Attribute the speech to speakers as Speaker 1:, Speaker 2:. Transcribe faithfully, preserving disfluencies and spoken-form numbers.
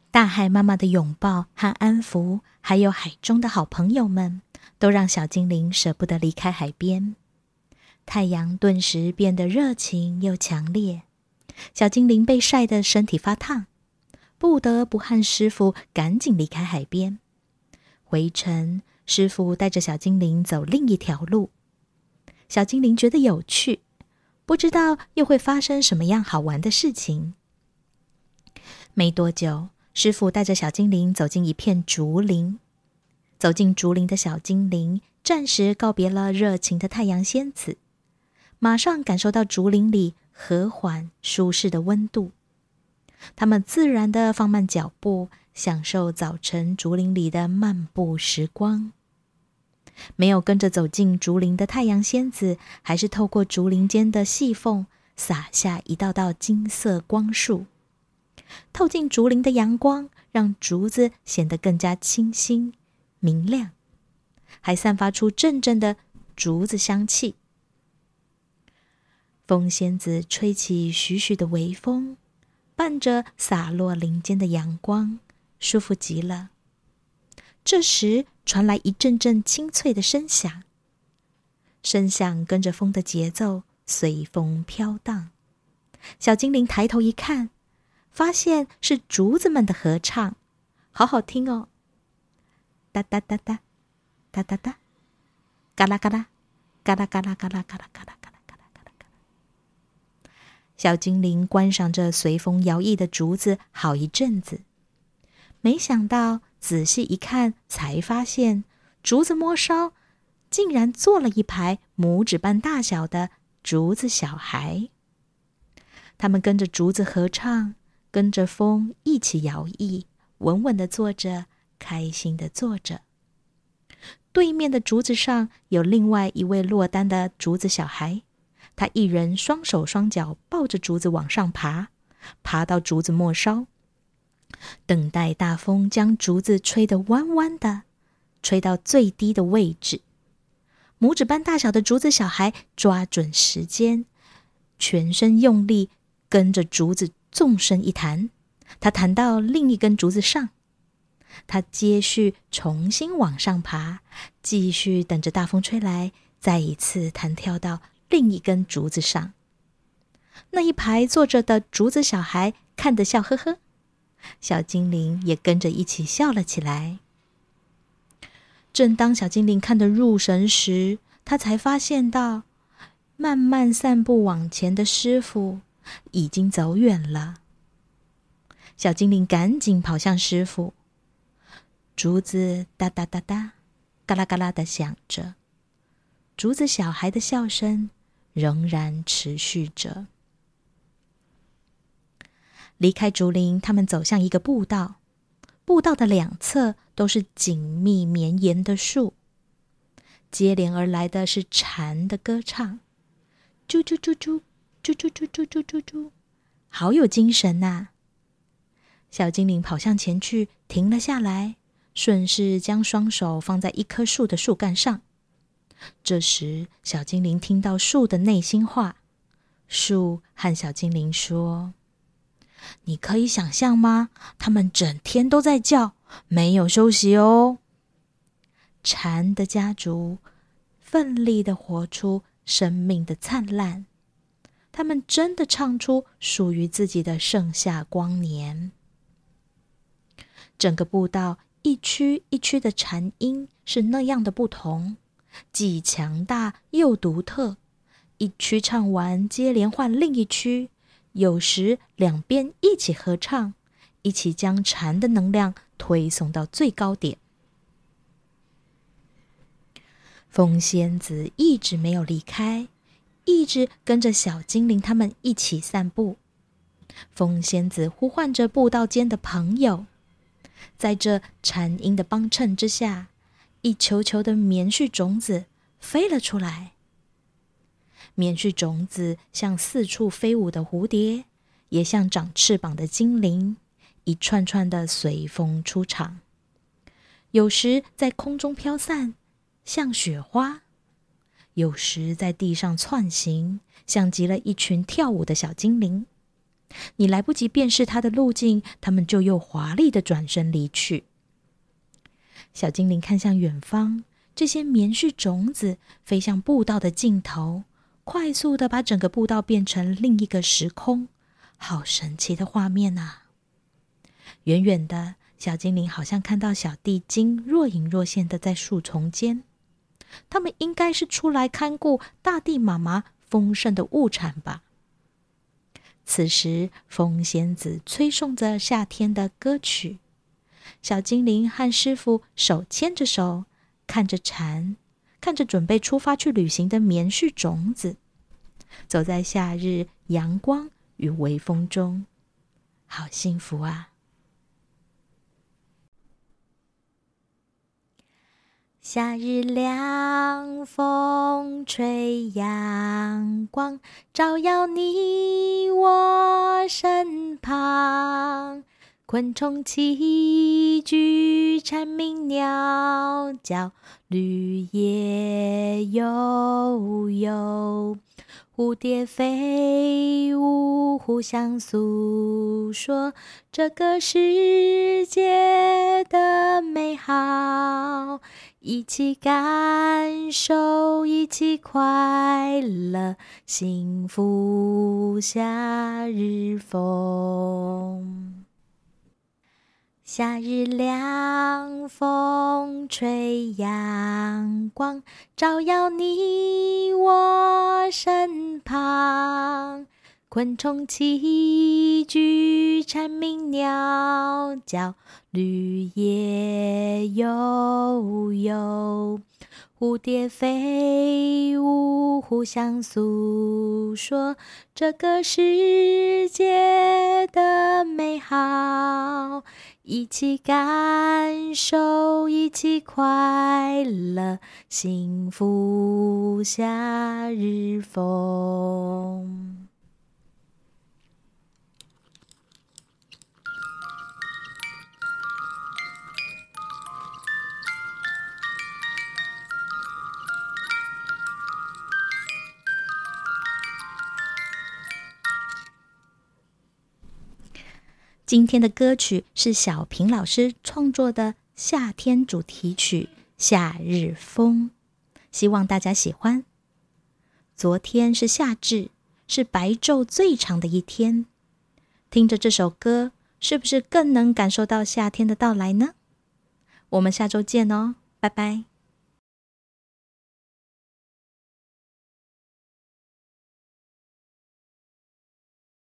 Speaker 1: 大海妈妈的拥抱和安抚，还有海中的好朋友们，都让小精灵舍不得离开海边。太阳顿时变得热情又强烈，小精灵被晒得身体发烫，不得不和师傅赶紧离开海边。回程，师傅带着小精灵走另一条路。小精灵觉得有趣，不知道又会发生什么样好玩的事情。没多久，师傅带着小精灵走进一片竹林。走进竹林的小精灵暂时告别了热情的太阳仙子，马上感受到竹林里和缓舒适的温度。他们自然地放慢脚步，享受早晨竹林里的漫步时光。没有跟着走进竹林的太阳仙子，还是透过竹林间的细缝洒下一道道金色光束。透进竹林的阳光让竹子显得更加清新明亮，还散发出阵阵的竹子香气。风仙子吹起徐徐的微风，伴着洒落林间的阳光，舒服极了。这时传来一阵阵清脆的声响，声响跟着风的节奏随风飘荡。小精灵抬头一看，发现是竹子们的合唱，好好听哦！哒哒哒哒，哒哒哒，嘎啦嘎啦，嘎啦嘎啦嘎啦嘎啦嘎啦嘎啦嘎啦嘎啦嘎啦。小精灵观赏着随风摇曳的竹子好一阵子，没想到仔细一看，才发现竹子末梢竟然坐了一排拇指般大小的竹子小孩。他们跟着竹子合唱，跟着风一起摇曳，稳稳地坐着，开心地坐着。对面的竹子上有另外一位落单的竹子小孩，他一人双手双脚抱着竹子往上爬，爬到竹子末梢，等待大风将竹子吹得弯弯的，吹到最低的位置。拇指般大小的竹子小孩抓准时间，全身用力跟着竹子纵身一弹，他弹到另一根竹子上，他接续重新往上爬，继续等着大风吹来，再一次弹跳到另一根竹子上。那一排坐着的竹子小孩看得笑呵呵，小精灵也跟着一起笑了起来。正当小精灵看得入神时，他才发现到慢慢散步往前的师傅已经走远了。小精灵赶紧跑向师傅，竹子哒哒哒哒，嘎啦嘎啦地响着，竹子小孩的笑声仍然持续着。离开竹林，他们走向一个步道，步道的两侧都是紧密绵延的树，接连而来的是蝉的歌唱，啾啾啾啾，啾啾啾啾啾啾啾，好有精神啊！小精灵跑向前去，停了下来，顺势将双手放在一棵树的树干上。这时，小精灵听到树的内心话，树和小精灵说：你可以想象吗？他们整天都在叫，没有休息哦。蝉的家族奋力地活出生命的灿烂，他们真的唱出属于自己的盛夏光年。整个步道一区一区的蝉音是那样的不同，既强大又独特，一区唱完接连换另一区，有时两边一起合唱，一起将蝉的能量推送到最高点。风仙子一直没有离开，一直跟着小精灵他们一起散步。风仙子呼唤着步道间的朋友，在这蝉音的帮衬之下，一球球的棉絮种子飞了出来。棉絮种子像四处飞舞的蝴蝶，也像长翅膀的精灵，一串串的随风出场。有时在空中飘散，像雪花；有时在地上窜行，像极了一群跳舞的小精灵。 你来不及辨识它的路径，它们就又华丽地转身离去。小精灵看向远方，这些棉絮种子飞向步道的尽头，快速地把整个步道变成另一个时空。好神奇的画面啊！远远的，小精灵好像看到小地精若隐若现的在树丛间，他们应该是出来看顾大地妈妈丰盛的物产吧。此时，风仙子吹送着夏天的歌曲，小精灵和师傅手牵着手，看着蝉，看着准备出发去旅行的棉絮种子，走在夏日阳光与微风中，好幸福啊！夏日凉风吹，阳光照耀你我身旁，昆虫齐聚，蝉鸣鸟叫，绿叶悠悠，蝴蝶飞舞，互相诉说这个世界的美好，一起感受，一起快乐，幸福夏日风。夏日凉风吹，阳光照耀你我身旁，昆虫齐聚，蝉鸣鸟叫，绿叶悠悠，蝴蝶飞舞，互相诉说这个世界的美好，一起感受，一起快乐，幸福夏日风。今天的歌曲是小平老师创作的夏天主题曲《夏日风》，希望大家喜欢。昨天是夏至，是白昼最长的一天。听着这首歌，是不是更能感受到夏天的到来呢？我们下周见哦，拜拜。